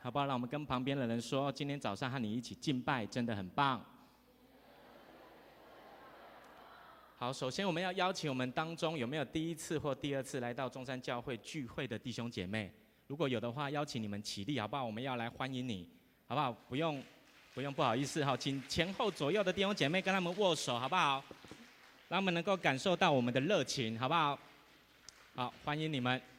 好不好？让我们跟旁边的人说，今天早上和你一起敬拜，真的很棒。好，首先我们要邀请我们当中有没有第一次或第二次来到中山教会聚会的弟兄姐妹？如果有的话，邀请你们起立，好不好？我们要来欢迎你，好不好？不用，不好意思哈，请前后左右的弟兄姐妹跟他们握手，好不好？让他们能够感受到我们的热情，好不好？好，欢迎你们。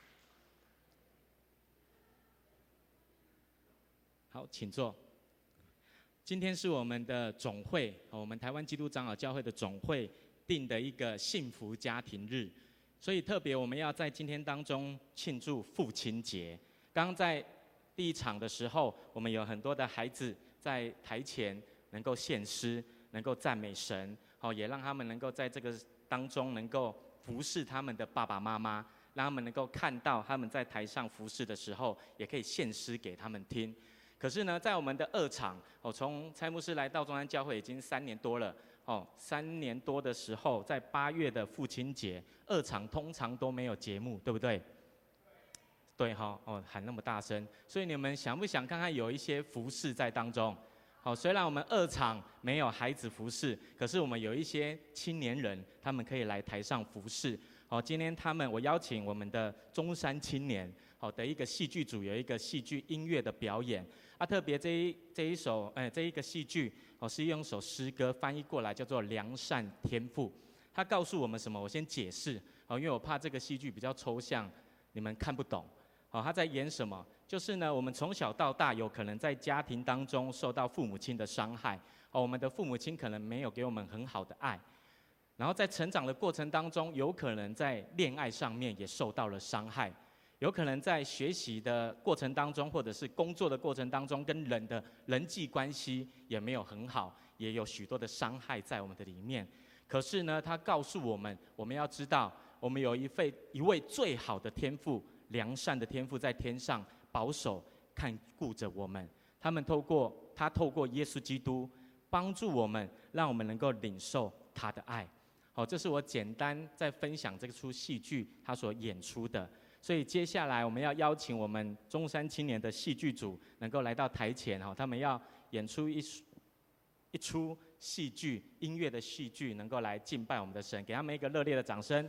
好，请坐。今天是我们的总会，我们台湾基督长老教会的总会定的一个幸福家庭日，所以特别我们要在今天当中庆祝父亲节。刚刚在第一场的时候，我们有很多的孩子在台前能够献诗，能够赞美神，也让他们能够在这个当中能够服侍他们的爸爸妈妈，让他们能够看到他们在台上服侍的时候，也可以献诗给他们听。可是呢，在我们的二场，从蔡牧师来到中山教会已经3年多了，3年多的时候，在8月的父亲节，二场通常都没有节目，对不对？对哈，喊那么大声，所以你们想不想看看有一些服侍在当中？虽然我们二场没有孩子服侍，可是我们有一些青年人，他们可以来台上服侍。今天我邀请我们的中山青年的一个戏剧组有一个戏剧音乐的表演。特别这一个戏剧是用一首诗歌翻译过来，叫做《良善天父》。它告诉我们什么？我先解释因为我怕这个戏剧比较抽象，你们看不懂。他在演什么？就是呢，我们从小到大有可能在家庭当中受到父母亲的伤害，我们的父母亲可能没有给我们很好的爱，然后在成长的过程当中，有可能在恋爱上面也受到了伤害。有可能在学习的过程当中，或者是工作的过程当中，跟人的人际关系也没有很好，也有许多的伤害在我们的里面。可是呢，他告诉我们，我们要知道，我们有一位最好的天父，良善的天父在天上保守看顾着我们。他透过耶稣基督帮助我们，让我们能够领受他的爱。这是我简单在分享这出戏剧他所演出的。所以接下来我们要邀请我们中山青年的戏剧组能够来到台前，他们要演出一出戏剧，音乐的戏剧，能够来敬拜我们的神，给他们一个热烈的掌声。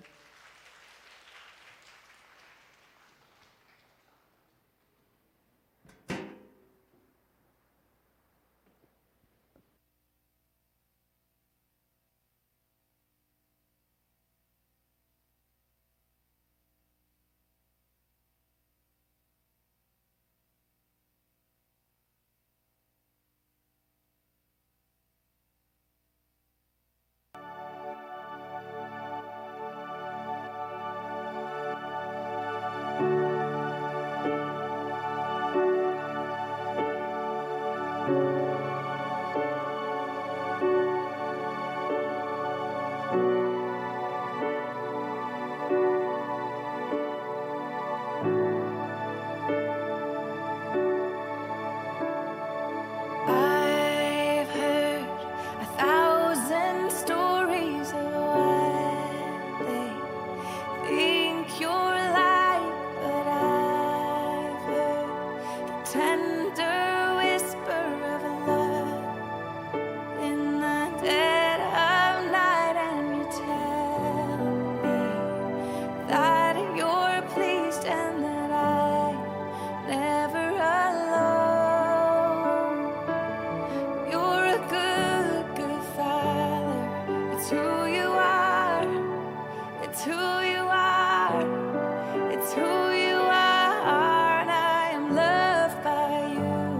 It's who you are, and I am loved by you.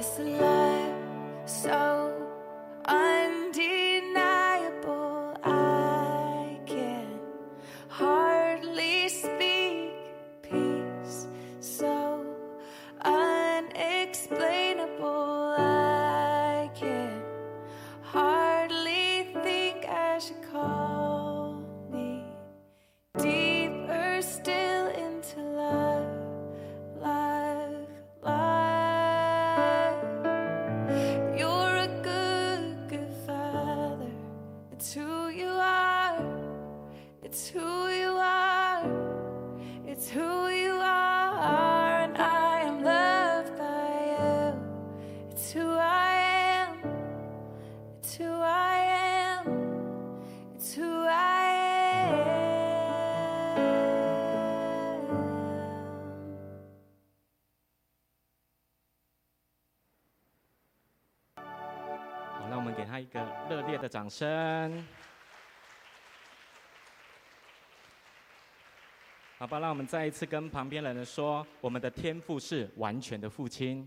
This love so undeniable, I can hardly speak. Peace so unexplainable, I can hardly think I should call me deeper still into love, love, love. You're a good, good father. It's who you are. It's who you are. It's who you are. And I am loved by you. It's who I am. It's who I am. It's who I am. 好，让我们给他一个热烈的掌声。好吧，让我们再一次跟旁边的人说，我们的天父是完全的父亲。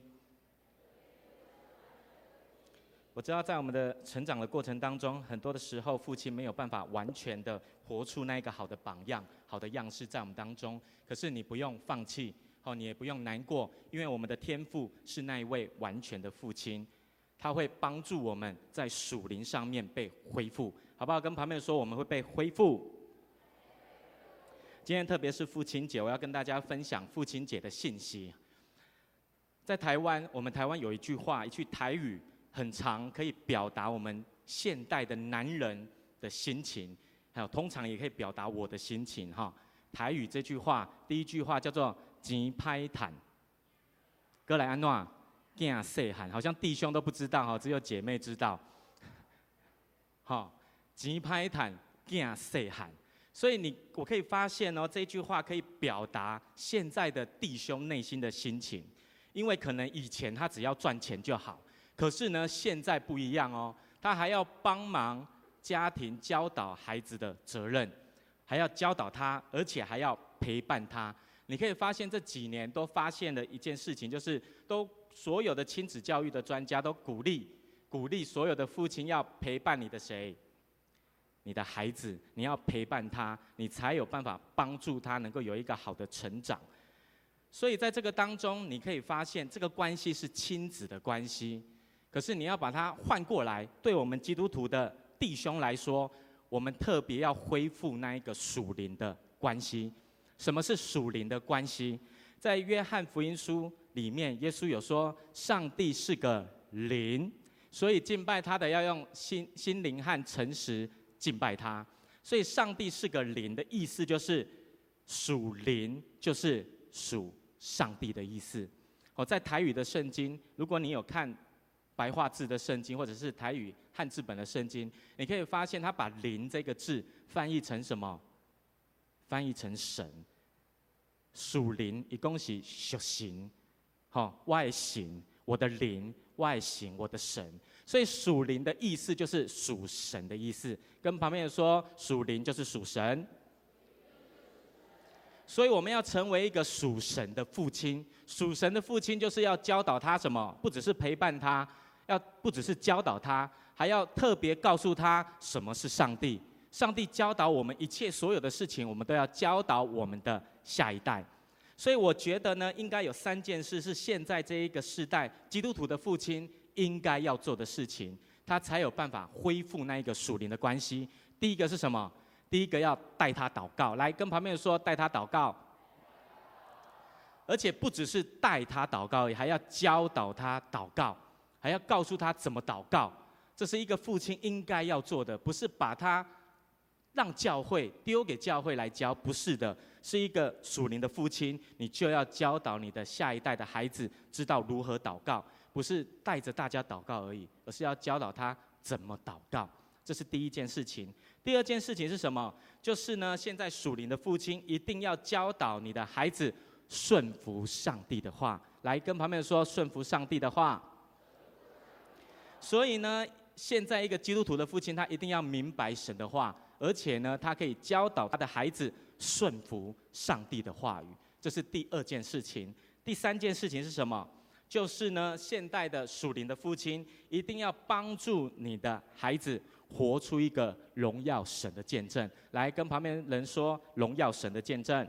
我知道在我们的成长的过程当中，很多的时候父亲没有办法完全的活出那个好的榜样、好的样式在我们当中。可是你不用放弃，你也不用难过，因为我们的天父是那一位完全的父亲，他会帮助我们在属灵上面被恢复，好不好？跟旁边说，我们会被恢复。今天特别是父亲节，我要跟大家分享父亲节的信息。在台湾，我们台湾有一句话，一句台语，很长，可以表达我们现代的男人的心情，还有通常也可以表达我的心情哈。台语这句话，第一句话叫做"钱歹趁"，哥来安怎囝细汉，好像弟兄都不知道哈，只有姐妹知道。好，"钱歹趁，囝细汉"。所以我可以发现哦，这句话可以表达现在的弟兄内心的心情，因为可能以前他只要赚钱就好，可是呢，现在不一样哦，他还要帮忙家庭教导孩子的责任，还要教导他，而且还要陪伴他。你可以发现这几年都发现了一件事情，就是所有的亲子教育的专家都鼓励所有的父亲要陪伴你的谁？你的孩子，你要陪伴他，你才有办法帮助他能够有一个好的成长。所以在这个当中，你可以发现这个关系是亲子的关系，可是你要把它换过来，对我们基督徒的弟兄来说，我们特别要恢复那一个属灵的关系。什么是属灵的关系？在约翰福音书里面，耶稣有说，上帝是个灵，所以敬拜他的要用心灵和诚实敬拜他。所以上帝是个灵的意思就是属灵，就是属上帝的意思。在台语的圣经，如果你有看白话字的圣经，或者是台语汉字本的圣经，你可以发现他把灵这个字翻译成什么？翻译成神。属灵一共是属神，我的神，我的灵，我的神，我的神。所以属灵的意思就是属神的意思。跟旁边人说，属灵就是属神。所以我们要成为一个属神的父亲。属神的父亲就是要教导他什么？不只是陪伴他，不只是教导他，还要特别告诉他什么是上帝。上帝教导我们一切所有的事情，我们都要教导我们的下一代。所以我觉得呢，应该有3件事是现在这一个世代基督徒的父亲应该要做的事情，他才有办法恢复那一个属灵的关系。第一个是什么？第一个要带他祷告。来，跟旁边人说，带他祷告。而且不只是带他祷告，还要教导他祷告，还要告诉他怎么祷告。这是一个父亲应该要做的，不是把他让教会丢给教会来教，不是的，是一个属灵的父亲，你就要教导你的下一代的孩子知道如何祷告，不是带着大家祷告而已，而是要教导他怎么祷告。这是第一件事情。第二件事情是什么？就是呢，现在属灵的父亲一定要教导你的孩子顺服上帝的话。来，跟旁边说，顺服上帝的话。所以呢，现在一个基督徒的父亲，他一定要明白神的话，而且呢，他可以教导他的孩子顺服上帝的话语。这是第二件事情。第三件事情是什么？ 就是呢，现代的属灵的父亲一定要帮助你的孩子活出一个荣耀神的见证。来，跟旁边人说，荣耀神的见证。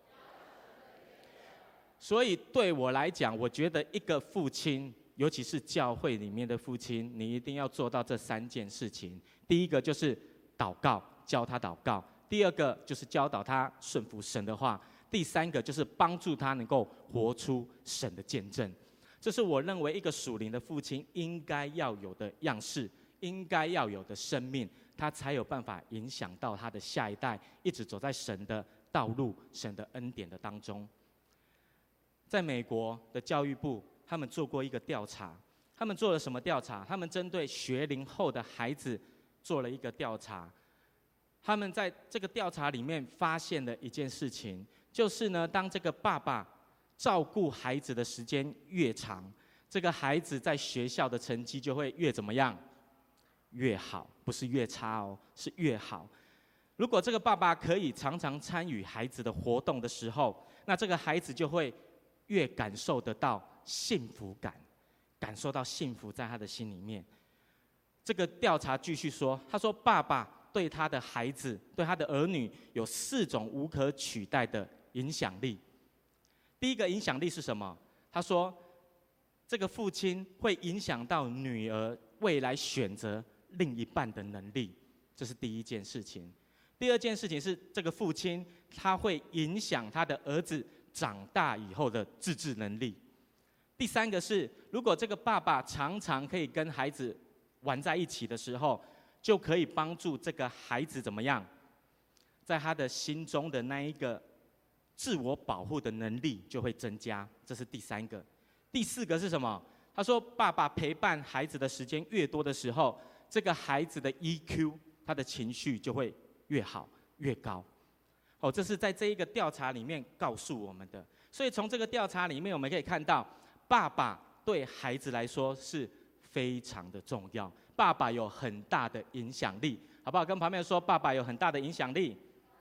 所以对我来讲，我觉得一个父亲，尤其是教会里面的父亲，你一定要做到这3件事情。第一个就是祷告，教他祷告；第二个就是教导他顺服神的话；第三个就是帮助他能够活出神的见证。这是我认为一个属灵的父亲应该要有的样式，应该要有的生命，他才有办法影响到他的下一代，一直走在神的道路、神的恩典的当中。在美国的教育部，他们做过一个调查。他们做了什么调查？他们针对学龄后的孩子做了一个调查。他们在这个调查里面发现了一件事情，就是呢，当这个爸爸照顾孩子的时间越长，这个孩子在学校的成绩就会越怎么样？越好，不是越差哦，是越好。如果这个爸爸可以常常参与孩子的活动的时候，那这个孩子就会越感受得到幸福感，感受到幸福在他的心里面。这个调查继续说，他说爸爸对他的孩子、对他的儿女有4种无可取代的影响力。第一个影响力是什么？他说，这个父亲会影响到女儿未来选择另一半的能力，这是第一件事情。第二件事情是，这个父亲他会影响他的儿子长大以后的自制能力。第三个是，如果这个爸爸常常可以跟孩子玩在一起的时候，就可以帮助这个孩子怎么样，在他的心中的那一个自我保护的能力就会增加，这是第三个。第四个是什么？他说，爸爸陪伴孩子的时间越多的时候，这个孩子的 EQ， 他的情绪就会越好越高。这是在这一个调查里面告诉我们的。所以从这个调查里面，我们可以看到，爸爸对孩子来说是非常的重要，爸爸有很大的影响力，好不好？跟旁边说，爸爸有很大的影响力。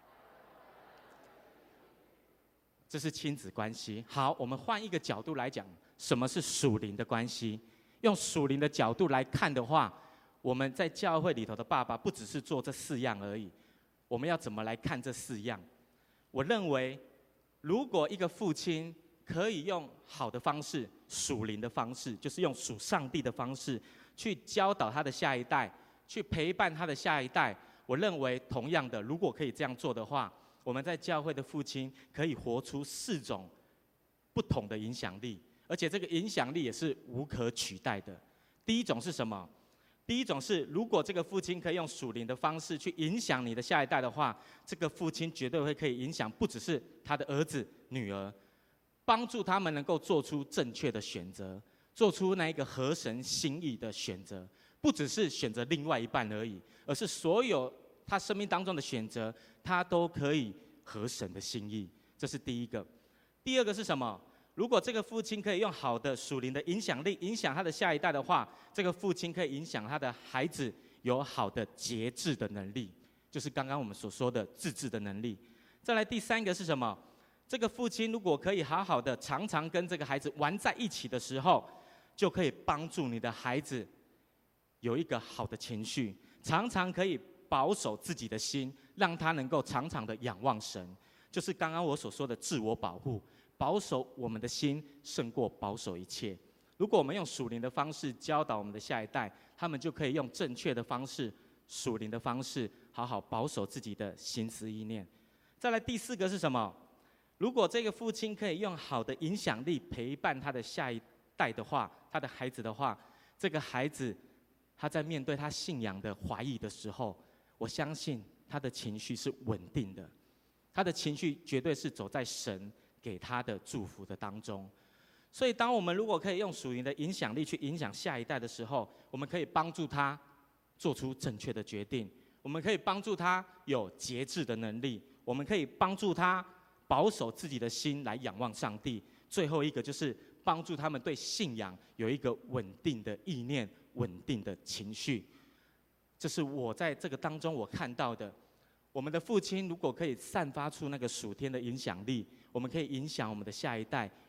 这是亲子关系。好，我们换一个角度来讲，什么是属灵的关系？用属灵的角度来看的话，我们在教会里头的爸爸不只是做这4样而已。我们要怎么来看这4样？我认为，如果一个父亲可以用好的方式、属灵的方式，就是用属上帝的方式，去教导他的下一代，去陪伴他的下一代，我认为同样的，如果可以这样做的话，我们在教会的父亲可以活出4种不同的影响力，而且这个影响力也是无可取代的。第一种是什么？第一种是，如果这个父亲可以用属灵的方式去影响你的下一代的话，这个父亲绝对会可以影响不只是他的儿子、女儿，帮助他们能够做出正确的选择，做出那一个合神心意的选择，不只是选择另外一半而已，而是所有他生命当中的选择，他都可以合神的心意。这是第一个。第二个是什么？如果这个父亲可以用好的属灵的影响力影响他的下一代的话，这个父亲可以影响他的孩子有好的节制的能力，就是刚刚我们所说的自制的能力。再来第三个是什么？这个父亲如果可以好好的常常跟这个孩子玩在一起的时候，就可以帮助你的孩子有一个好的情绪，常常可以保守自己的心，让他能够常常的仰望神，就是刚刚我所说的自我保护。保守我们的心胜过保守一切。如果我们用属灵的方式教导我们的下一代，他们就可以用正确的方式、属灵的方式，好好保守自己的心思意念。再来第4个是什么？如果这个父亲可以用好的影响力陪伴他的下一代的话，他的孩子的话，这个孩子他在面对他信仰的怀疑的时候，我相信他的情绪是稳定的，他的情绪绝对是走在神给他的祝福的当中。所以当我们如果可以用属灵的影响力去影响下一代的时候，我们可以帮助他做出正确的决定，我们可以帮助他有节制的能力，我们可以帮助他保守自己的心来仰望上帝。最后一个就是帮助他们对信仰有一个稳定的意念、稳定的情绪。这是我在这个当中我看到的。我们的父亲如果可以散发出那个属天的影响力，我们可以影响我们的下一代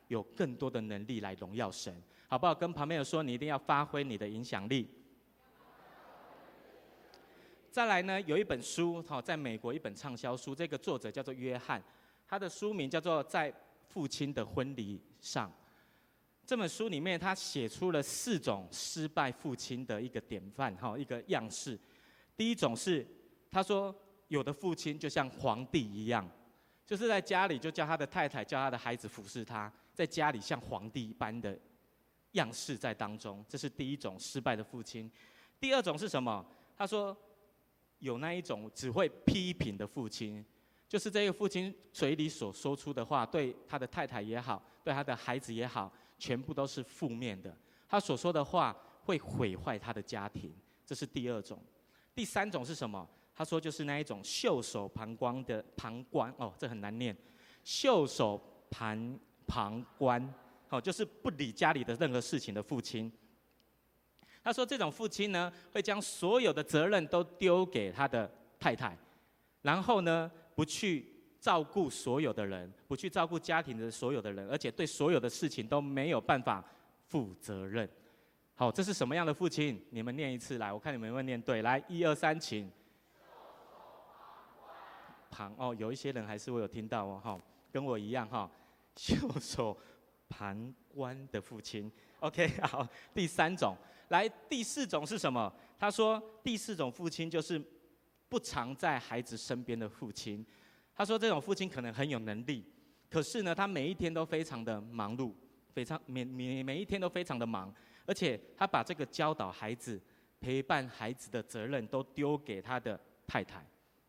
有更多的能力来荣耀神，好不好？跟旁边人说，你一定要发挥你的影响力。再来呢，有一本书，在美国一本畅销书，这个作者叫做约翰，他的书名叫做《在父亲的婚礼上》。这本书里面，他写出了4种失败父亲的一个典范，一个样式。第一种是，他说有的父亲就像皇帝一样，就是在家里就叫他的太太、叫他的孩子服侍他，在家里像皇帝一般的样式在当中，这是第一种失败的父亲。第二种是什么？他说有那一种只会批评的父亲，就是这个父亲嘴里所说出的话，对他的太太也好，对他的孩子也好，全部都是负面的。他所说的话会毁坏他的家庭，这是第二种。第三种是什么？他说就是那一种袖手旁观的这很难念，袖手旁观，就是不理家里的任何事情的父亲。他说这种父亲呢，会将所有的责任都丢给他的太太，然后呢，不去照顾所有的人，不去照顾家庭的所有的人，而且对所有的事情都没有办法负责任。好，这是什么样的父亲？你们念一次来，我看你们有没有念对。来，1、2、3，请。有一些人还是会有听到哦，跟我一样袖手旁观的父亲。OK， 好，第3种。来，第4种是什么？他说第4种父亲就是不常在孩子身边的父亲。他说这种父亲可能很有能力，可是呢，他每一天都非常的忙碌，每一天都非常的忙，而且他把这个教导孩子、陪伴孩子的责任都丢给他的太太。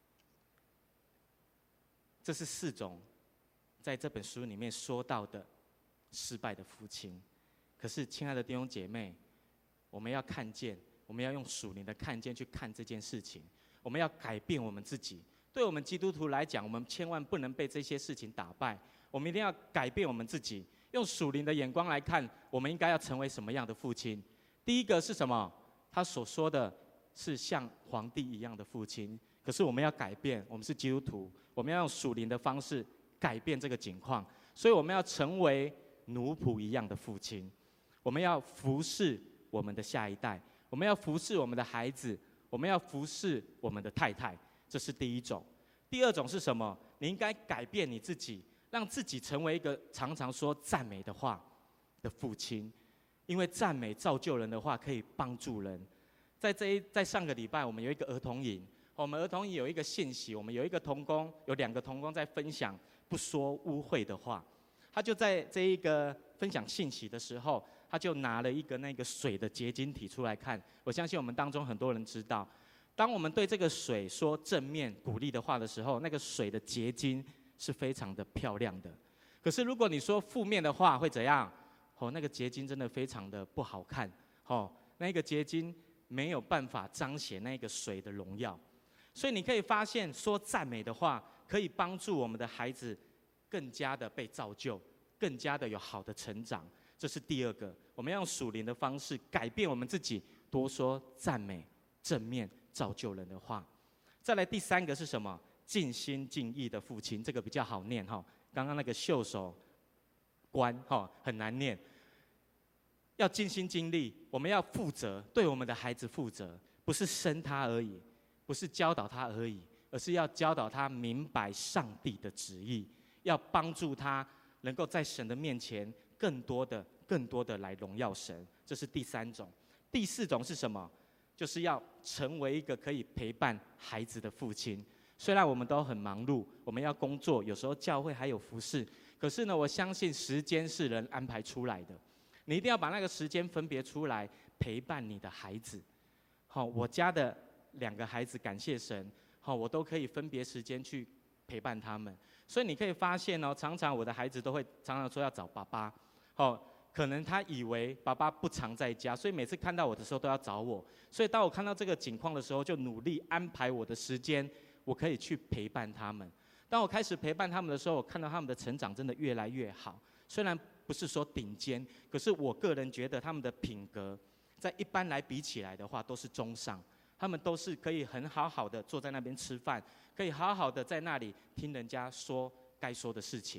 这是4种在这本书里面说到的失败的父亲。可是，亲爱的弟兄姐妹，我们要看见，我们要用属灵的看见去看这件事情。我们要改变我们自己。对我们基督徒来讲，我们千万不能被这些事情打败。我们一定要改变我们自己，用属灵的眼光来看，我们应该要成为什么样的父亲？第一个是什么？他所说的是像皇帝一样的父亲。可是我们要改变，我们是基督徒，我们要用属灵的方式改变这个境况。所以我们要成为奴仆一样的父亲。我们要服侍我们的下一代，我们要服侍我们的孩子，我们要服侍我们的太太，这是第一种。第二种是什么？你应该改变你自己，让自己成为一个常常说赞美的话的父亲，因为赞美造就人的话可以帮助人。在上个礼拜，我们有一个儿童营，我们儿童营有一个信息，我们有2个童工在分享不说污秽的话。他就在这一个分享信息的时候，他就拿了一个那个水的结晶体出来看。我相信我们当中很多人知道，当我们对这个水说正面鼓励的话的时候，那个水的结晶是非常的漂亮的。可是如果你说负面的话，会怎样？那个结晶真的非常的不好看。那个结晶没有办法彰显那个水的荣耀。所以你可以发现，说赞美的话可以帮助我们的孩子更加的被造就，更加的有好的成长。这是第二个，我们要用属灵的方式改变我们自己，多说赞美、正面造就人的话。再来第3个是什么？尽心尽意的父亲，这个比较好念刚刚那个袖手观很难念。要尽心尽力，我们要负责，对我们的孩子负责，不是生他而已，不是教导他而已，而是要教导他明白上帝的旨意，要帮助他能够在神的面前更多的来荣耀神。这是第3种。第4种是什么？就是要成为一个可以陪伴孩子的父亲。虽然我们都很忙碌，我们要工作，有时候教会还有服事，可是呢，我相信时间是人安排出来的。你一定要把那个时间分别出来陪伴你的孩子。我家的2个孩子，感谢神，我都可以分别时间去陪伴他们。所以你可以发现常常我的孩子都会常常说要找爸爸。可能他以为爸爸不常在家，所以每次看到我的时候都要找我。所以当我看到这个情况的时候，就努力安排我的时间，我可以去陪伴他们。当我开始陪伴他们的时候，我看到他们的成长真的越来越好。虽然不是说顶尖，可是我个人觉得他们的品格，在一般来比起来的话，都是中上。他们都是可以很好好的坐在那边吃饭，可以好好的在那里听人家说该说的事情。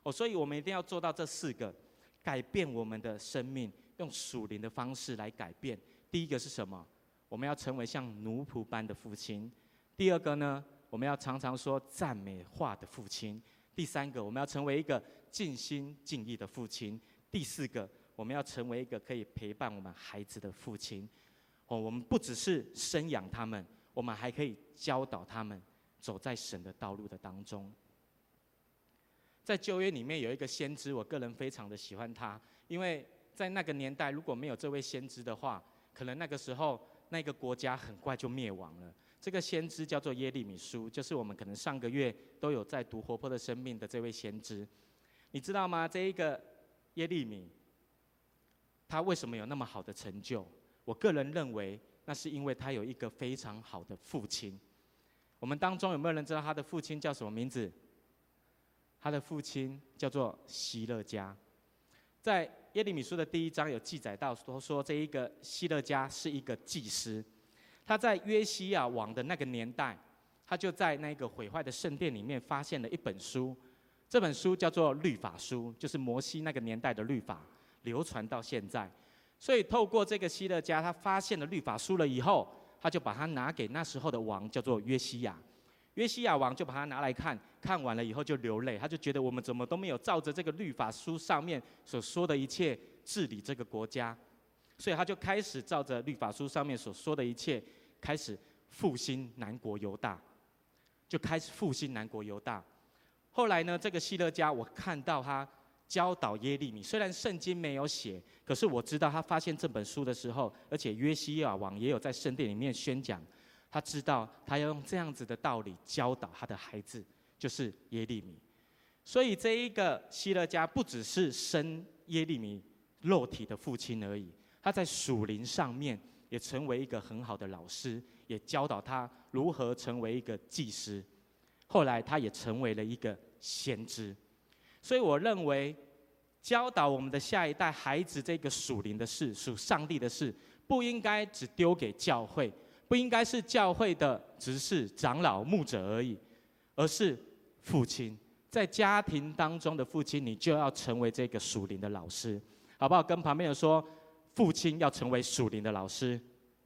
所以我们一定要做到这4个，改变我们的生命，用属灵的方式来改变。第一个是什么？我们要成为像奴仆般的父亲。第二个呢，我们要常常说赞美话的父亲。第三个，我们要成为一个尽心尽意的父亲。第4个，我们要成为一个可以陪伴我们孩子的父亲。我们不只是生养他们，我们还可以教导他们走在神的道路的当中。在旧约里面有一个先知，我个人非常的喜欢他，因为在那个年代如果没有这位先知的话，可能那个时候那个国家很快就灭亡了。这个先知叫做耶利米书，就是我们可能上个月都有在读活泼的生命的这位先知。你知道吗？这一个耶利米，他为什么有那么好的成就？我个人认为，那是因为他有一个非常好的父亲。我们当中有没有人知道他的父亲叫什么名字？他的父亲叫做希勒家。在耶利米书的第1章有记载到说这一个希勒家是一个祭司。他在约西亚王的那个年代，他就在那个毁坏的圣殿里面发现了一本书，这本书叫做律法书，就是摩西那个年代的律法，流传到现在。所以透过这个希勒家，他发现了律法书了以后，他就把它拿给那时候的王，叫做约西亚。约西亚王就把它拿来看，看完了以后就流泪，他就觉得我们怎么都没有照着这个律法书上面所说的一切治理这个国家。所以他就开始照着律法书上面所说的一切，开始复兴南国犹大，就开始复兴南国犹大。后来呢，这个希勒家，我看到他教导耶利米，虽然圣经没有写，可是我知道他发现这本书的时候，而且约西亚王也有在圣殿里面宣讲，他知道他要用这样子的道理教导他的孩子，就是耶利米。所以这一个希勒家不只是生耶利米肉体的父亲而已，他在属灵上面也成为一个很好的老师，也教导他如何成为一个祭司。后来他也成为了一个先知。所以我认为，教导我们的下一代孩子这个属灵的事、属上帝的事，不应该只丢给教会，不应该是教会的执事、长老、牧者而已，而是父亲。在家庭当中的父亲，你就要成为这个属灵的老师，好不好？跟旁边人说，父亲要成为属灵的老师。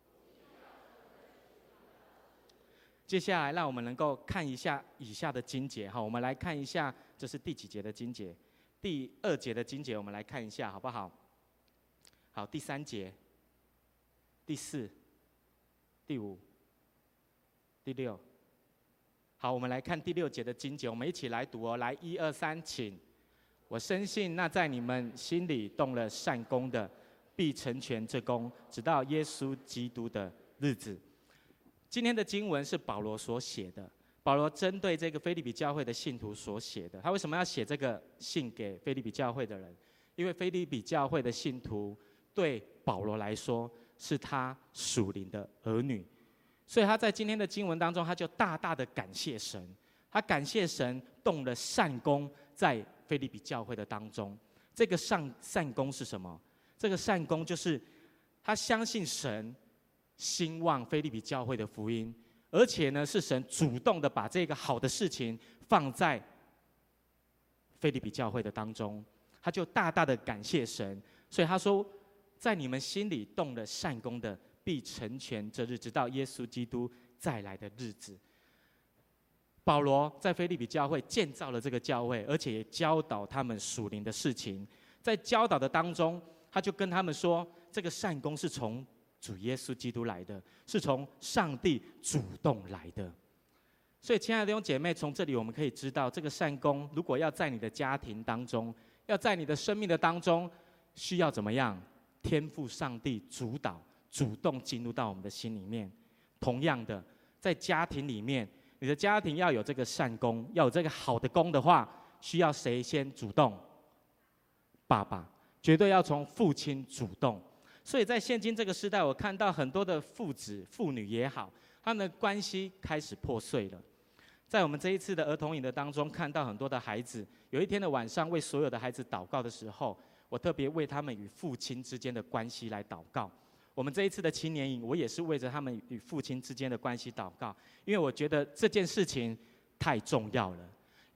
接下来，让我们能够看一下以下的经节哈，我们来看一下这是第几节的经节？第2节的经节，我们来看一下好不好？好，第3节、第4、第5、第6。好，我们来看第6节的经节，我们一起来读哦。来，1、2、3，请。我深信那在你们心里动了善功的，必成全这功，直到耶稣基督的日子。今天的经文是保罗所写的，保罗针对这个腓立比教会的信徒所写的。他为什么要写这个信给腓立比教会的人？因为腓立比教会的信徒对保罗来说是他属灵的儿女，所以他在今天的经文当中，他就大大的感谢神，他感谢神动了善功在腓立比教会的当中。这个善功是什么？这个善功就是他相信神兴旺腓立比教会的福音，而且呢是神主动的把这个好的事情放在腓立比教会的当中，他就大大的感谢神。所以他说，在你们心里动了善功的，必成全这日，直到耶稣基督再来的日子。保罗在腓立比教会建造了这个教会，而且也教导他们属灵的事情。在教导的当中，他就跟他们说，这个善功是从主耶稣基督来的，是从上帝主动来的。所以亲爱的弟兄姐妹，从这里我们可以知道，这个善功如果要在你的家庭当中，要在你的生命的当中，需要怎么样？天父上帝主导，主动进入到我们的心里面。同样的，在家庭里面，你的家庭要有这个善功，要有这个好的功的话，需要谁先主动？爸爸，绝对要从父亲主动。所以在现今这个时代，我看到很多的父子、父女也好，他们的关系开始破碎了。在我们这一次的儿童营的当中，看到很多的孩子，有一天的晚上为所有的孩子祷告的时候，我特别为他们与父亲之间的关系来祷告。我们这一次的青年营，我也是为着他们与父亲之间的关系祷告，因为我觉得这件事情太重要了。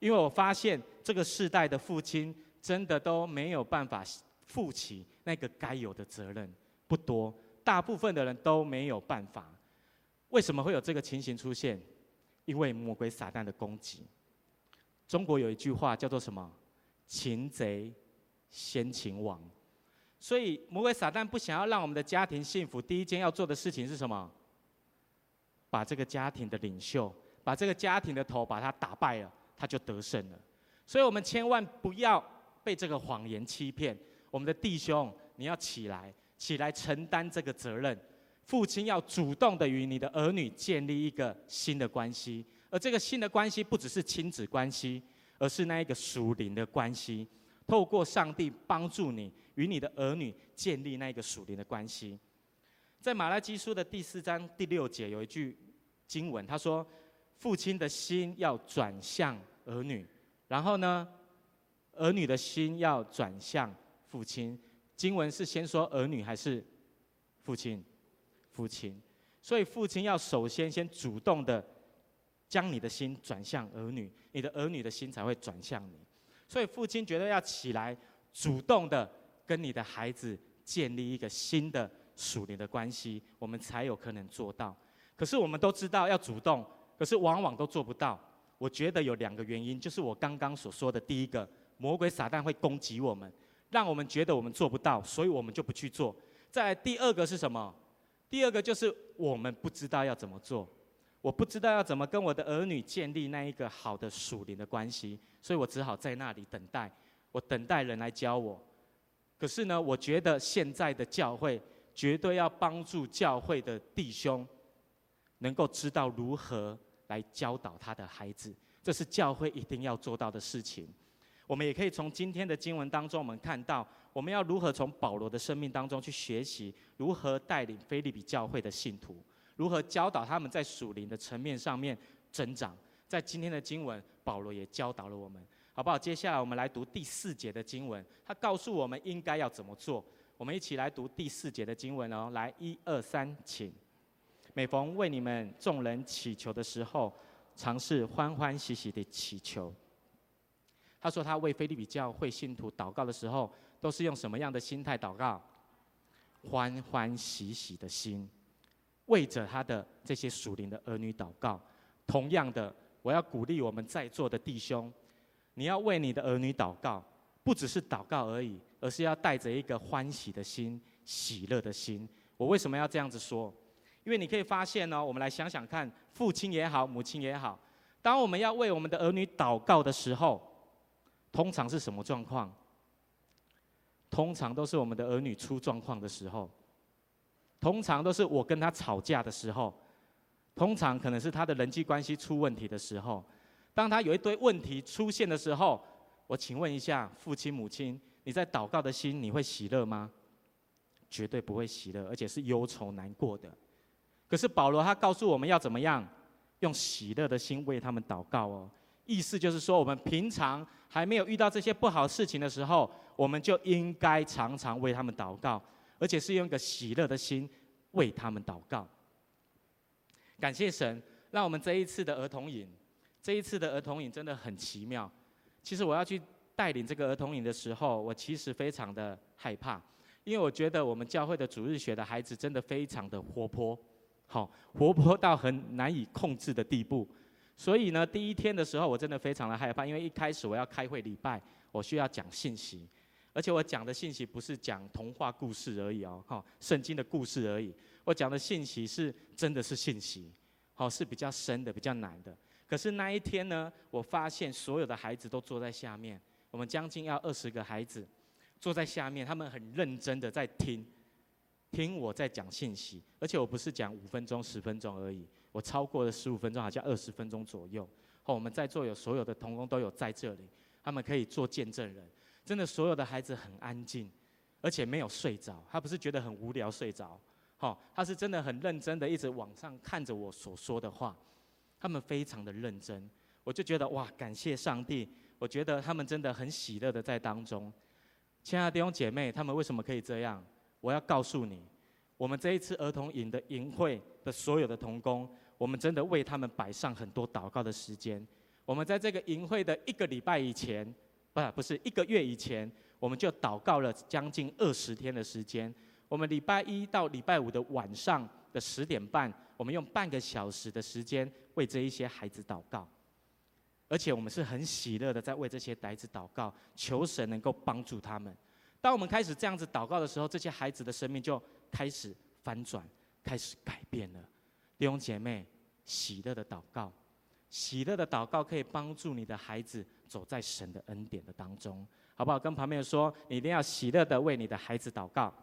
因为我发现这个世代的父亲真的都没有办法负起那个该有的责任，不多，大部分的人都没有办法。为什么会有这个情形出现？因为魔鬼撒旦的攻击。中国有一句话叫做什么？擒贼先擒王。所以魔鬼撒旦不想要让我们的家庭幸福，第一件要做的事情是什么？把这个家庭的领袖，把这个家庭的头，把他打败了，他就得胜了。所以我们千万不要被这个谎言欺骗。我们的弟兄，你要起来，起来承担这个责任。父亲要主动的与你的儿女建立一个新的关系，而这个新的关系不只是亲子关系，而是那一个属灵的关系。透过上帝帮助你与你的儿女建立那一个属灵的关系。在马拉基书的第4章第6节有一句经文，他说：“父亲的心要转向儿女，然后呢，儿女的心要转向父亲。”经文是先说儿女还是父亲？父亲。所以父亲要首先主动的将你的心转向儿女，你的儿女的心才会转向你。所以父亲绝对要起来，主动的跟你的孩子建立一个新的属灵的关系，我们才有可能做到。可是我们都知道要主动，可是往往都做不到。我觉得有2个原因，就是我刚刚所说的。第一个，魔鬼撒旦会攻击我们，让我们觉得我们做不到，所以我们就不去做。再来第2个是什么？第2个就是我们不知道要怎么做。我不知道要怎么跟我的儿女建立那一个好的属灵的关系，所以我只好在那里等待，我等待人来教我。可是呢，我觉得现在的教会绝对要帮助教会的弟兄能够知道如何来教导他的孩子，这是教会一定要做到的事情。我们也可以从今天的经文当中，我们看到我们要如何从保罗的生命当中去学习如何带领腓立比教会的信徒，如何教导他们在属灵的层面上面增长。在今天的经文，保罗也教导了我们，好不好？接下来我们来读第4节的经文，他告诉我们应该要怎么做。我们一起来读第4节的经文哦。来，1、2、3，请。每逢为你们众人祈求的时候，常是欢欢喜喜的祈求。他说他为腓立比教会信徒祷告的时候，都是用什么样的心态祷告？欢欢喜喜的心，为着他的这些属灵的儿女祷告。同样的，我要鼓励我们在座的弟兄，你要为你的儿女祷告，不只是祷告而已，而是要带着一个欢喜的心、喜乐的心。我为什么要这样子说？因为你可以发现哦，我们来想想看，父亲也好，母亲也好，当我们要为我们的儿女祷告的时候，通常是什么状况？通常都是我们的儿女出状况的时候，通常都是我跟他吵架的时候，通常可能是他的人际关系出问题的时候。当他有一堆问题出现的时候，我请问一下父亲母亲，你在祷告的心，你会喜乐吗？绝对不会喜乐，而且是忧愁难过的。可是保罗他告诉我们要怎么样？用喜乐的心为他们祷告哦。意思就是说，我们平常还没有遇到这些不好事情的时候，我们就应该常常为他们祷告，而且是用一个喜乐的心为他们祷告。感谢神，让我们这一次的儿童营真的很奇妙。其实我要去带领这个儿童营的时候，我其实非常的害怕，因为我觉得我们教会的主日学的孩子真的非常的活泼，活泼到很难以控制的地步。所以呢，第1天的时候，我真的非常的害怕，因为一开始我要开会礼拜，我需要讲信息，而且我讲的信息不是讲童话故事而已哦，圣经的故事而已。我讲的信息是真的是信息，是比较深的、比较难的。可是那一天呢，我发现所有的孩子都坐在下面，我们将近要20个孩子坐在下面，他们很认真的在听我在讲信息，而且我不是讲5分钟、10分钟而已，我超过了15分钟，好像20分钟左右。我们在座有所有的同工都有在这里，他们可以做见证人。真的，所有的孩子很安静，而且没有睡着，他不是觉得很无聊睡着，他是真的很认真的一直往上看着我所说的话，他们非常的认真。我就觉得哇，感谢上帝，我觉得他们真的很喜乐的在当中。亲爱的弟兄姐妹，他们为什么可以这样？我要告诉你，我们这一次儿童营的营会的所有的同工，我们真的为他们摆上很多祷告的时间。 我们在这个营会的1个礼拜以前，不是1个月以前，我们就祷告了将近20天的时间。我们礼拜1到礼拜5的晚上的10点半，我们用半个小时的时间为这一些孩子祷告，而且我们是很喜乐的在为这些孩子祷告，求神能够帮助他们。当我们开始这样子祷告的时候，这些孩子的生命就开始翻转，开始改变了。弟兄姐妹，喜乐的祷告，喜乐的祷告可以帮助你的孩子走在神的恩典的当中，好不好？跟旁边人说，你一定要喜乐的为你的孩子祷告。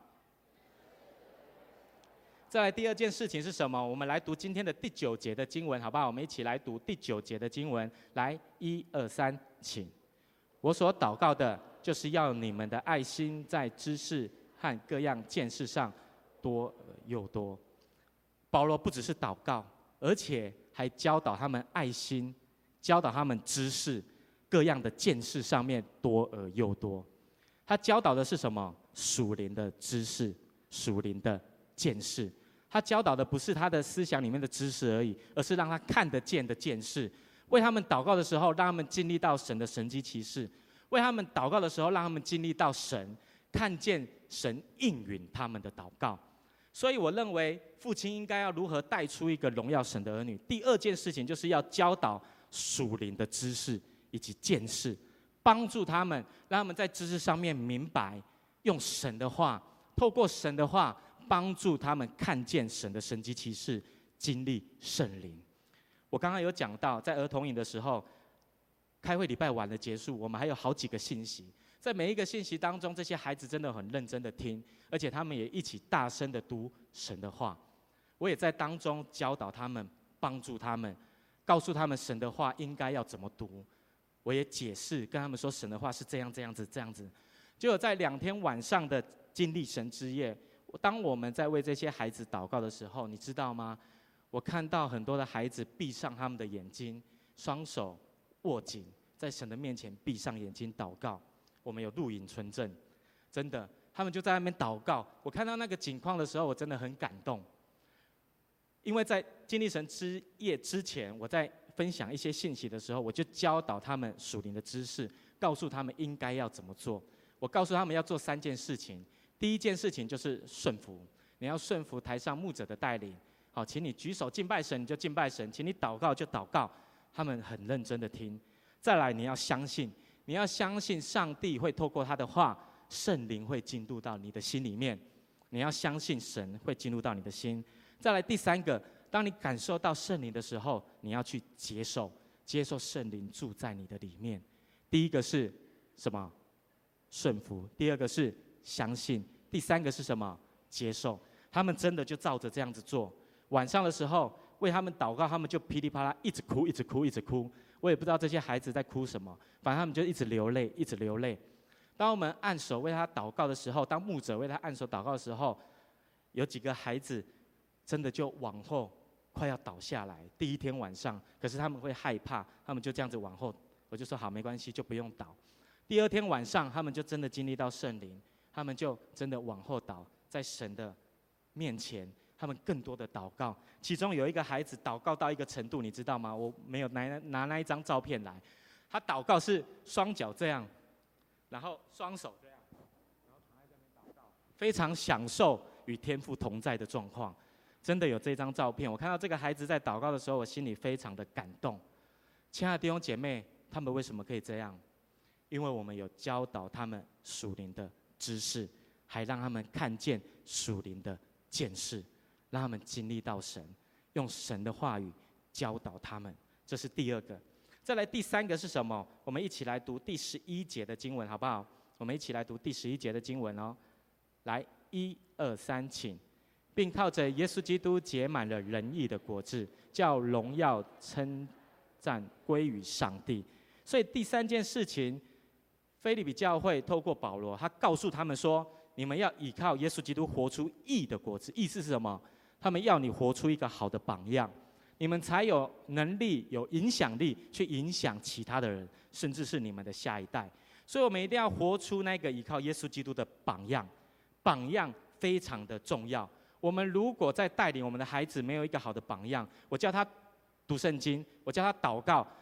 再来第2件事情是什么？我们来读今天的第9节的经文，好不好？我们一起来读第9节的经文。来，1、2、3，请。我所祷告的，就是要你们的爱心在知识和各样见识上多而又多。保罗不只是祷告，而且还教导他们爱心，教导他们知识，各样的见识上面多而又多。他教导的是什么？属灵的知识，属灵的见识。他教导的不是他的思想里面的知识而已，而是让他看得见的见识。为他们祷告的时候，让他们经历到神的神迹奇事；为他们祷告的时候，让他们经历到神，看见神应允他们的祷告。所以我认为父亲应该要如何带出一个荣耀神的儿女。第2件事情就是要教导属灵的知识以及见识，帮助他们，让他们在知识上面明白，用神的话，透过神的话帮助他们看见神的神迹奇事，经历圣灵。我刚刚有讲到，在儿童营的时候，开会礼拜晚的结束，我们还有好几个信息。在每一个信息当中，这些孩子真的很认真的听，而且他们也一起大声的读神的话。我也在当中教导他们，帮助他们，告诉他们神的话应该要怎么读。我也解释，跟他们说神的话是这样这样子这样子。结果在2天晚上的经历神之夜，当我们在为这些孩子祷告的时候，你知道吗？我看到很多的孩子闭上他们的眼睛，双手握紧，在神的面前闭上眼睛祷告。我们有录影存证，真的，他们就在那边祷告。我看到那个景况的时候，我真的很感动。因为在经历神之夜之前，我在分享一些信息的时候，我就教导他们属灵的知识，告诉他们应该要怎么做。我告诉他们要做3件事情。第1件事情就是顺服，你要顺服台上牧者的带领。好，请你举手敬拜神，你就敬拜神；请你祷告就祷告。他们很认真的听。再来，你要相信，你要相信上帝会透过他的话，圣灵会进入到你的心里面。你要相信神会进入到你的心。再来第3个，当你感受到圣灵的时候，你要去接受圣灵住在你的里面。第1个是什么？顺服。第2个是相信。第3个是什么？接受。他们真的就照着这样子做。晚上的时候为他们祷告，他们就噼里啪啦一直哭一直哭一直哭。我也不知道这些孩子在哭什么，反正他们就一直流泪一直流泪。当我们按手为他祷告的时候，当牧者为他按手祷告的时候，有几个孩子真的就往后快要倒下来。第1天晚上，可是他们会害怕，他们就这样子往后。我就说好，没关系，就不用倒。第2天晚上，他们就真的经历到圣灵，他们就真的往后倒，在神的面前，他们更多的祷告。其中有一个孩子祷告到一个程度，你知道吗？我没有拿那一张照片来。他祷告是双脚这样，然后双手这样，然后躺在这边祷告，非常享受与天父同在的状况。真的有这张照片，我看到这个孩子在祷告的时候，我心里非常的感动。亲爱的弟兄姐妹，他们为什么可以这样？因为我们有教导他们属灵的知识，还让他们看见属灵的见识，让他们经历到神，用神的话语教导他们。这是第2个。再来第3个是什么？我们一起来读第11节的经文，好不好？我们一起来读第11节的经文哦。来，1、2、3，请。并靠着耶稣基督结满了仁义的果子，叫荣耀称赞归于上帝。所以第3件事情，腓立比教会透过保罗，他告诉他们说，你们要依靠耶稣基督活出义的果子。意思是什么？他们要你活出一个好的榜样，你们才有能力有影响力去影响其他的人，甚至是你们的下一代。所以我们一定要活出那个依靠耶稣基督的榜样。榜样非常的重要。我们如果在带领我们的孩子没有一个好的榜样，我叫他读圣经，我叫他祷告，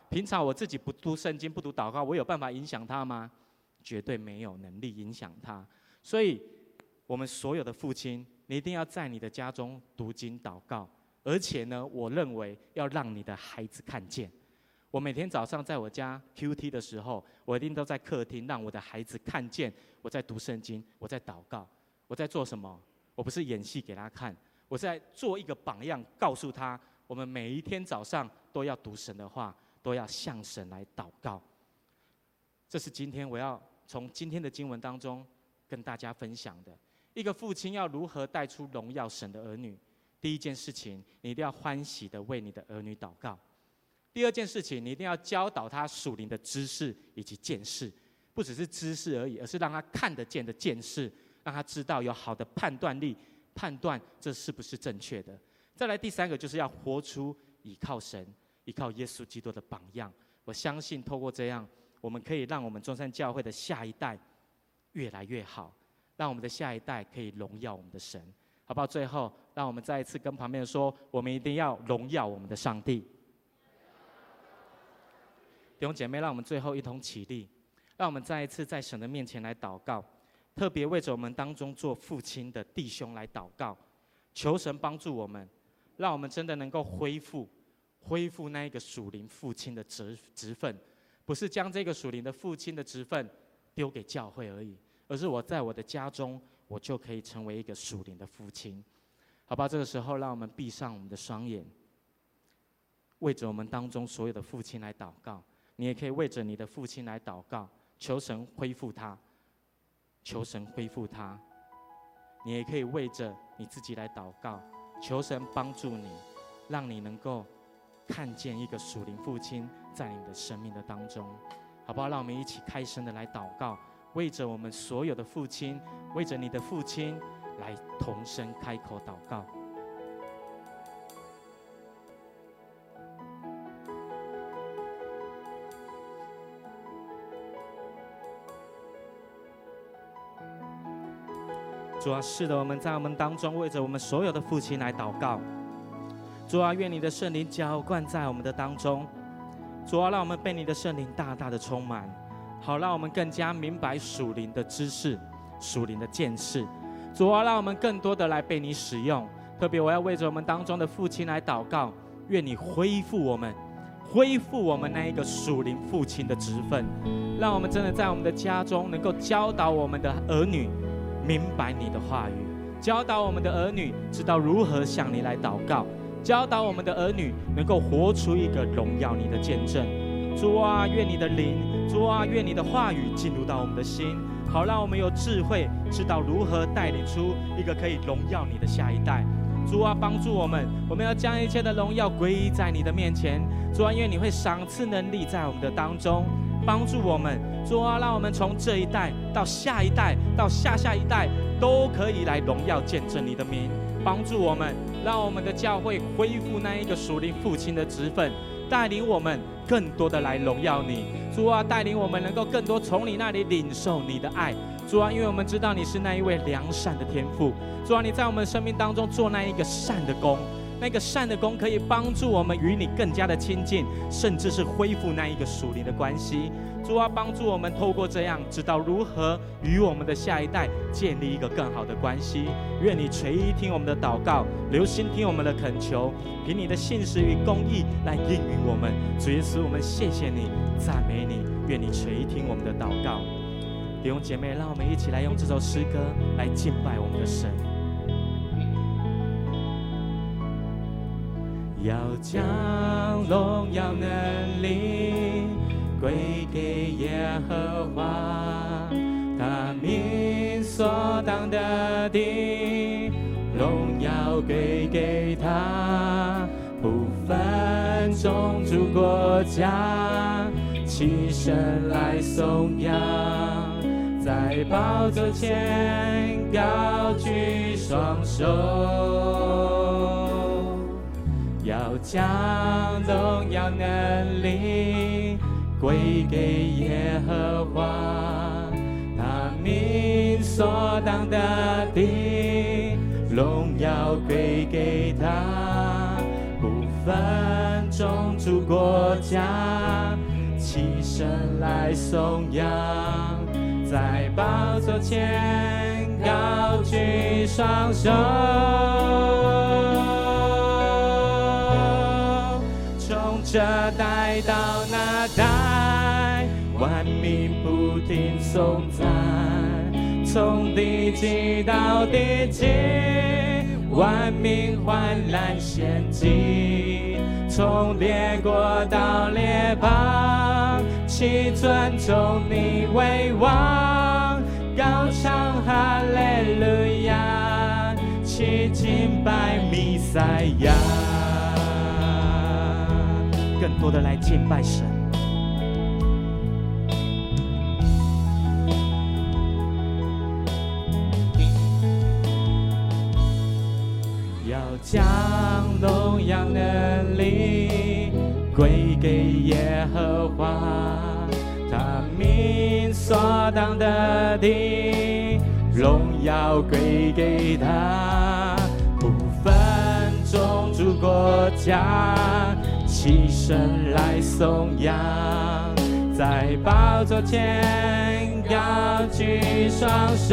平常我自己不读圣经、不读祷告，我有办法影响他吗？绝对没有能力影响他。所以，我们所有的父亲，你一定要在你的家中读经祷告，而且呢，我认为要让你的孩子看见。我每天早上在我家 QT 的时候，我一定都在客厅，让我的孩子看见我在读圣经，我在祷告，我在做什么？我不是演戏给他看，我是在做一个榜样，告诉他，我们每一天早上都要读神的话，都要向神来祷告。这是今天我要从今天的经文当中跟大家分享的。一个父亲要如何带出荣耀神的儿女？第一件事情，你一定要欢喜的为你的儿女祷告。第二件事情，你一定要教导他属灵的知识以及见识，不只是知识而已，而是让他看得见的见识，让他知道有好的判断力，判断这是不是正确的。再来第三个，就是要活出倚靠神、依靠耶稣基督的榜样。我相信透过这样，我们可以让我们中山教会的下一代越来越好，让我们的下一代可以荣耀我们的神，好不好？最后，让我们再一次跟旁边说，我们一定要荣耀我们的上帝。弟兄姐妹，让我们最后一同起立，让我们再一次在神的面前来祷告，特别为着我们当中做父亲的弟兄来祷告，求神帮助我们，让我们真的能够恢复那一个属灵父亲的职分，不是将这个属灵的父亲的职分丢给教会而已，而是我在我的家中，我就可以成为一个属灵的父亲，好吧？这个时候，让我们闭上我们的双眼，为着我们当中所有的父亲来祷告。你也可以为着你的父亲来祷告，求神恢复他，求神恢复他。你也可以为着你自己来祷告，求神帮助你，让你能够看见一个属灵父亲在你的生命的当中，好不好？让我们一起开声的来祷告，为着我们所有的父亲，为着你的父亲来同声开口祷告。主啊，是的，我们在我们当中为着我们所有的父亲来祷告。主啊，愿你的圣灵浇灌在我们的当中。主啊，让我们被你的圣灵大大的充满，好让我们更加明白属灵的知识、属灵的见识。主啊，让我们更多的来被你使用。特别我要为着我们当中的父亲来祷告，愿你恢复我们那一个属灵父亲的职分，让我们真的在我们的家中能够教导我们的儿女明白你的话语，教导我们的儿女知道如何向你来祷告，教导我们的儿女能够活出一个荣耀你的见证。主啊，愿你的灵，主啊，愿你的话语进入到我们的心，好让我们有智慧，知道如何带领出一个可以荣耀你的下一代。主啊，帮助我们要将一切的荣耀归在你的面前。主啊，愿你会赏赐能力在我们的当中，帮助我们。主啊，让我们从这一代到下一代到下下一代都可以来荣耀见证你的名。帮助我们，让我们的教会恢复那一个属灵父亲的职分，带领我们更多的来荣耀你。主啊，带领我们能够更多从你那里领受你的爱。主啊，因为我们知道你是那一位良善的天父。主啊，你在我们生命当中做那一个善的工，那个善的工可以帮助我们与你更加的亲近，甚至是恢复那一个属灵的关系。主啊，帮助我们透过这样知道如何与我们的下一代建立一个更好的关系。愿你垂听我们的祷告，留心听我们的恳求，凭你的信实与公义来应允我们。主耶稣，我们谢谢你，赞美你，愿你垂听我们的祷告。弟兄姐妹，让我们一起来用这首诗歌来敬拜我们的神。要将荣耀能力归给耶和华，他名所当得的荣耀归给他，不分种族国家，齐声来颂扬，在宝座前高举双手，要将荣耀能力归给耶和华，他名所当得的荣耀归给他，不分种族国家，起身来颂扬，在宝座前高举双手，从这代到那代，万民不停颂赞，从地极到地极，万民欢然献祭，从列国到列邦，齐尊崇你为王，高唱哈利路亚，齐敬拜弥赛亚。更多的来敬拜神，要将荣耀能力归给耶和华，他名所当得的荣耀归给他，不分种族国家，起身来颂扬，在宝座前高举双手，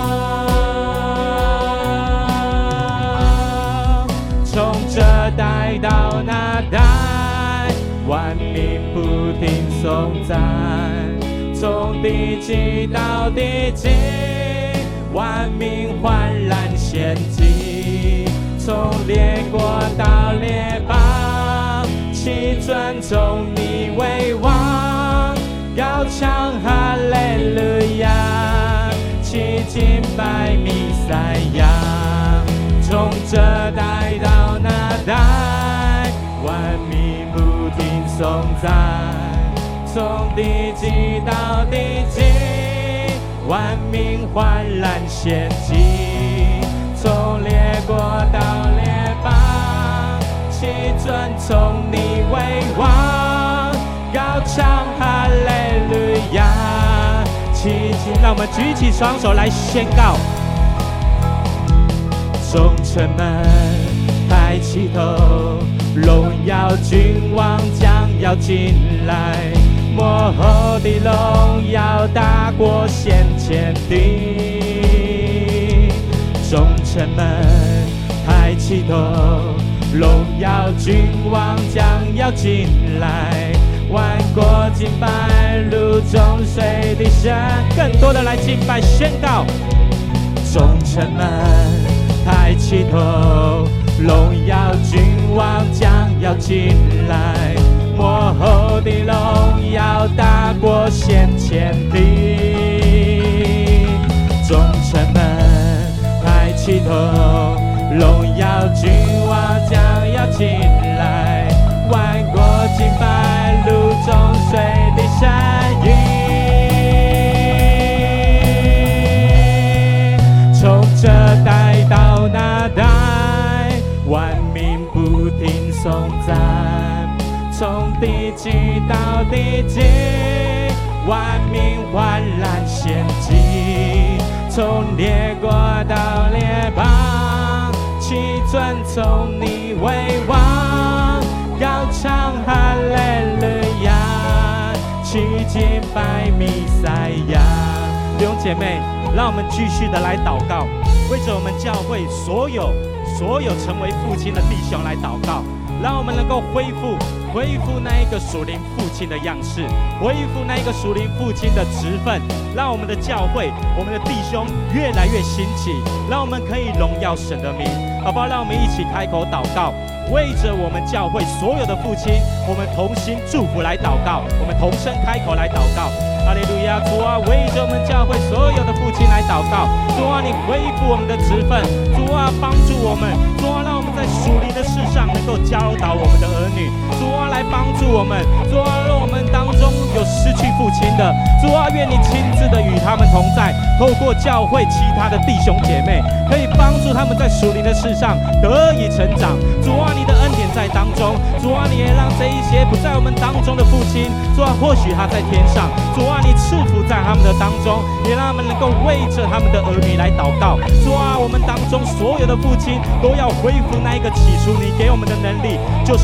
从这代到那代，万民不停颂赞，从地极到地极，万民欢然献祭，从列国到列邦，齐尊崇你为王，高唱哈利路亚，齐敬拜弥赛亚。从这代到那代，万民不停颂赞，从地极到地极，万民欢然献祭，从列国到列邦，齐尊崇你为王，高唱哈利路亚，齐敬。让我们举起双手来宣告。众臣们抬起头，荣耀君王将要进来，末后的荣耀大过先前的。众臣们抬起头，荣耀君王将要进来，万国敬拜如众水的神。更多的来敬拜宣告。众臣们抬起头，荣耀君王将要进来，末后的荣耀大过先前的。众臣们抬起头，荣耀君王将要进来，万国敬拜如众水的声音。从这代到那代，万民不停颂赞，从地极到地极，万民欢然献祭，从列国到列邦，齐尊崇你为王，高唱哈利路亚，齐敬拜弥赛亚。弟兄姐妹，让我们继续的来祷告，为着我们教会所有成为父亲的弟兄来祷告，让我们能够恢复那一个属灵父亲的样式，恢复那一个属灵父亲的职分，让我们的教会，我们的弟兄越来越兴起，让我们可以荣耀神的名，好不好？让我们一起开口祷告，为着我们教会所有的父亲，我们同心祝福来祷告，我们同声开口来祷告。哈利路亚！主啊，为着我们教会所有的父亲来祷告，主啊，你恢复我们的职分，主啊，帮助我们，主啊，让我们在属灵的事上能够教导我们的儿女，主啊，来帮助我们，主啊，让我们当中有失去父亲的，主啊，愿你亲自的与他们同在，透过教会其他的弟兄姐妹，可以帮助他们在属灵的事上得以成长。主啊，你的恩典在当中，主啊，你也让这一些不在我们当中的父亲，主啊，或许他在天上，主啊，你赐福在他们的当中，也让他们能够为着他们的儿女来祷告。主啊，我们当中所有的父亲都要恢复那一个起初你给我们的能力，就是那一个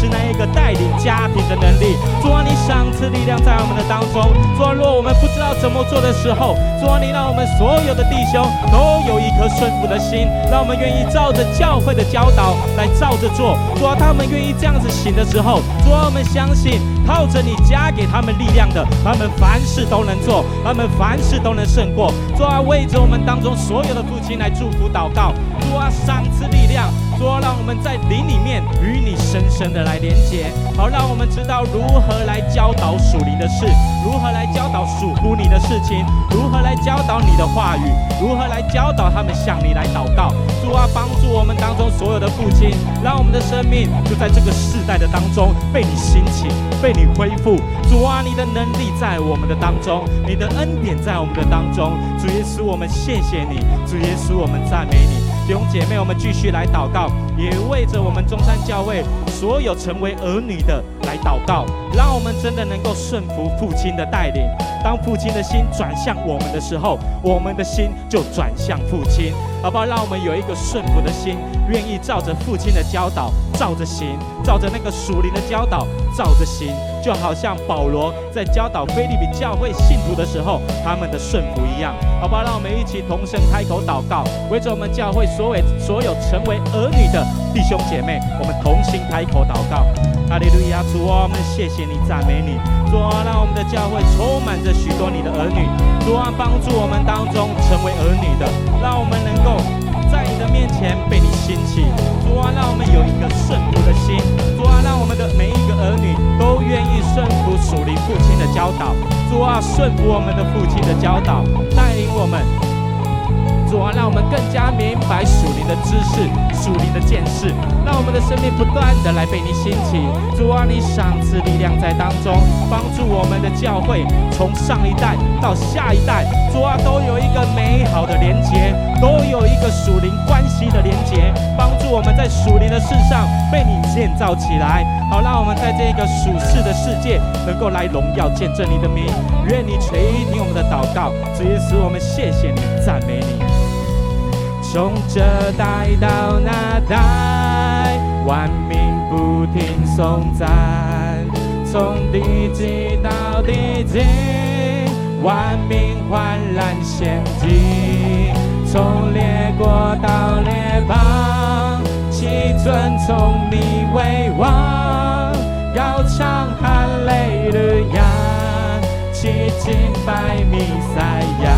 带领家庭的能力。主啊，你赏赐力量在我们的当中。主啊，若我们不知道怎么做的时候，主啊，你让我们所有的弟兄都有一颗顺服的心，让我们愿意照着教会的教导来照着做。主啊，他们愿意这样子行的时候，主啊，我们相信靠着你加给他们力量的，他们凡事都能做，他们凡事都能胜过。主啊，为着我们当中所有的父亲来祝福祷告。主啊，赏赐力量。主啊，让我们在灵里面与你深深的来连结，好让我们知道如何来教导属灵的事，如何来教导属乎你的事情，如何来教导你的话语，如何来教导他们向你来祷告。主啊，帮助我们当中所有的父亲，让我们的生命就在这个世代的当中被你兴起，被你恢复。主啊，你的能力在我们的当中，你的恩典在我们的当中。主耶稣，我们谢谢你。主耶稣，我们赞美你。弟兄姐妹，我们继续来祷告，也为着我们中山教会所有成为儿女的来祷告，让我们真的能够顺服父亲的带领。当父亲的心转向我们的时候，我们的心就转向父亲，好不好？让我们有一个顺服的心，愿意照着父亲的教导照着行，照着那个属灵的教导照着行，就好像保罗在教导腓立比教会信徒的时候他们的顺服一样，好不好？让我们一起同声开口祷告，为着我们教会所有成为儿女的弟兄姐妹，我们同心开口祷告。哈利路亚！主啊，我们谢谢你，赞美你。主啊，让我们的教会充满着许多你的儿女。主啊，帮助我们当中成为儿女的，让我们能够在你的面前被你兴起。主啊，让我们有一个顺服的心。主啊，让我们的每一个儿女都愿意顺服属灵父亲的教导。主啊，顺服我们的父亲的教导，带领我们。主啊，让我们更加明白属灵的知识、属灵的见识，让我们的生命不断的来被你兴起。主啊，你赏赐力量在当中，帮助我们的教会从上一代到下一代，主啊，都有一个美好的连结，都有一个属灵关系的连结，帮助我们在属灵的事上被你建造起来，好让我们在这个属世的世界能够来荣耀见证你的名。愿你垂听我们的祷告，主耶稣，我们谢谢你，赞美你。从这代到那代，万民不停颂赞；从地极到地极，万民焕然献祭；从列国到列邦，齐尊崇你为王，高唱哈利路亚，齐敬拜弥赛亚。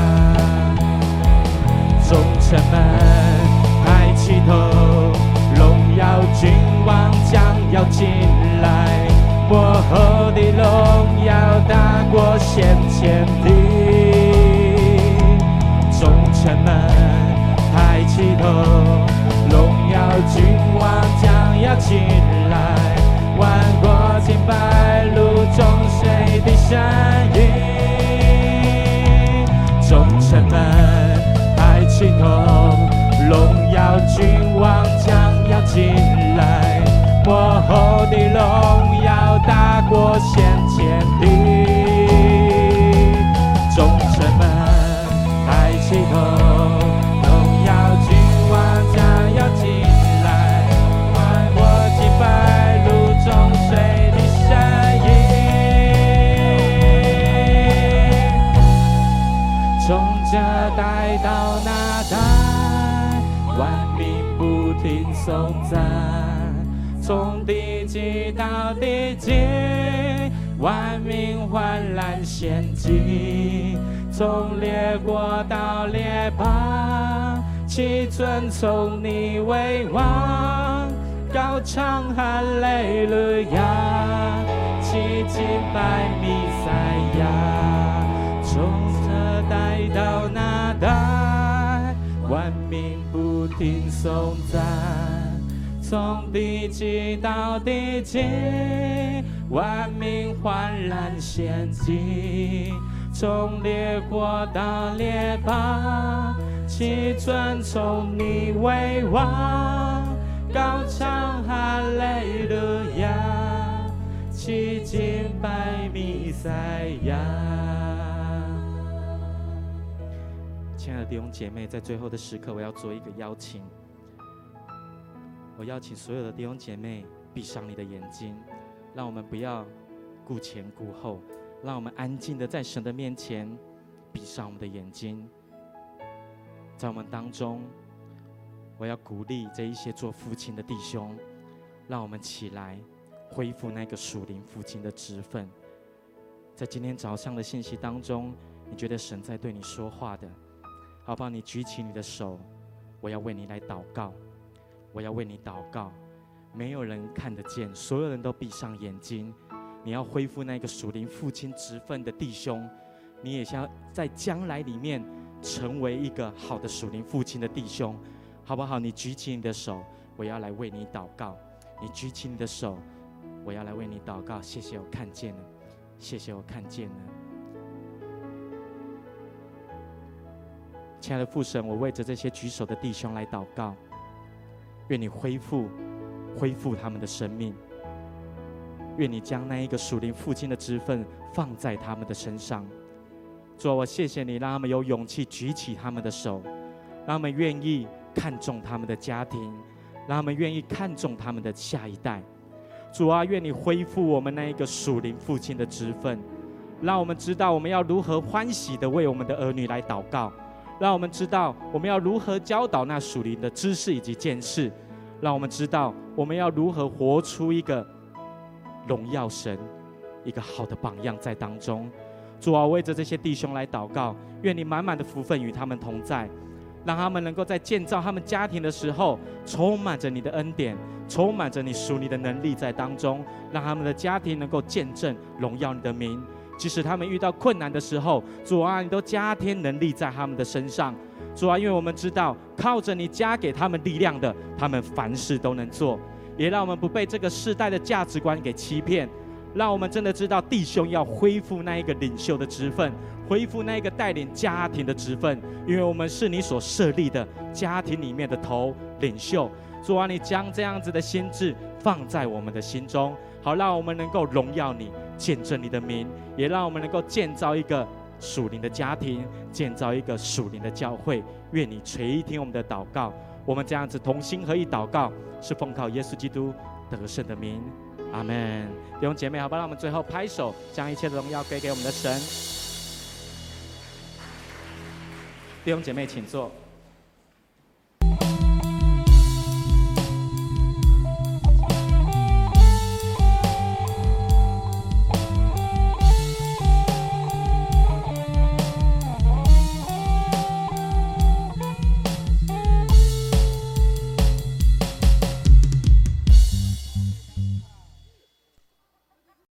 众臣们抬起头，荣耀君王将要进来，末后的荣耀大过先前的。众臣们抬起头，荣耀君王将要进来，万国敬拜如众水的声音。众臣们抬起头，荣耀君王将要进来，末后的荣耀大过先前的。众臣们抬起头，荣耀君王将要进来，万国敬拜如众水的声音。从这代到那代，万民不停颂赞；从地极到地极，万民焕然献祭；从列国到列邦，齐尊崇你为王，高唱哈利路亚，齐敬拜弥赛亚。从这代到那代，万民不停颂赞；从地极到地极，万民焕然献祭；从列国到列邦，齐尊崇你为王，高唱哈利路亚，齐敬拜弥赛亚。亲爱的弟兄姐妹，在最后的时刻，我要做一个邀请。我邀请所有的弟兄姐妹闭上你的眼睛，让我们不要顾前顾后，让我们安静的在神的面前闭上我们的眼睛。在我们当中，我要鼓励这一些做父亲的弟兄，让我们起来恢复那个属灵父亲的职分。在今天早上的信息当中，你觉得神在对你说话的，好不好？你举起你的手，我要为你来祷告，我要为你祷告。没有人看得见，所有人都闭上眼睛。你要恢复那个属灵父亲职分的弟兄，你也想在将来里面成为一个好的属灵父亲的弟兄，好不好？你举起你的手，我要来为你祷告。你举起你的手，我要来为你祷告。谢谢，我看见了，谢谢，我看见了。亲爱的父神，我为着这些举手的弟兄来祷告，愿你恢复他们的生命，愿你将那一个属灵父亲的职分放在他们的身上。主啊，我谢谢你，让他们有勇气举起他们的手，让他们愿意看重他们的家庭，让他们愿意看重他们的下一代。主啊，愿你恢复我们那一个属灵父亲的职分，让我们知道我们要如何欢喜的为我们的儿女来祷告，让我们知道我们要如何教导那属灵的知识以及见识，让我们知道我们要如何活出一个荣耀神一个好的榜样在当中。主啊，为着这些弟兄来祷告，愿你满满的福分与他们同在，让他们能够在建造他们家庭的时候充满着你的恩典，充满着你属你的能力在当中，让他们的家庭能够见证荣耀你的名。即使他们遇到困难的时候，主啊，你都加添能力在他们的身上。主啊，因为我们知道靠着你加给他们力量的，他们凡事都能做。也让我们不被这个世代的价值观给欺骗，让我们真的知道弟兄要恢复那一个领袖的职分，恢复那一个带领家庭的职分，因为我们是你所设立的家庭里面的头领袖。主啊，你将这样子的心志放在我们的心中，好让我们能够荣耀你，见证你的名，也让我们能够建造一个属灵的家庭，建造一个属灵的教会。愿你垂听我们的祷告，我们这样子同心合意祷告，是奉靠耶稣基督得胜的名，阿们。弟兄姐妹，好吧，让我们最后拍手，将一切的荣耀归给我们的神。弟兄姐妹，请坐。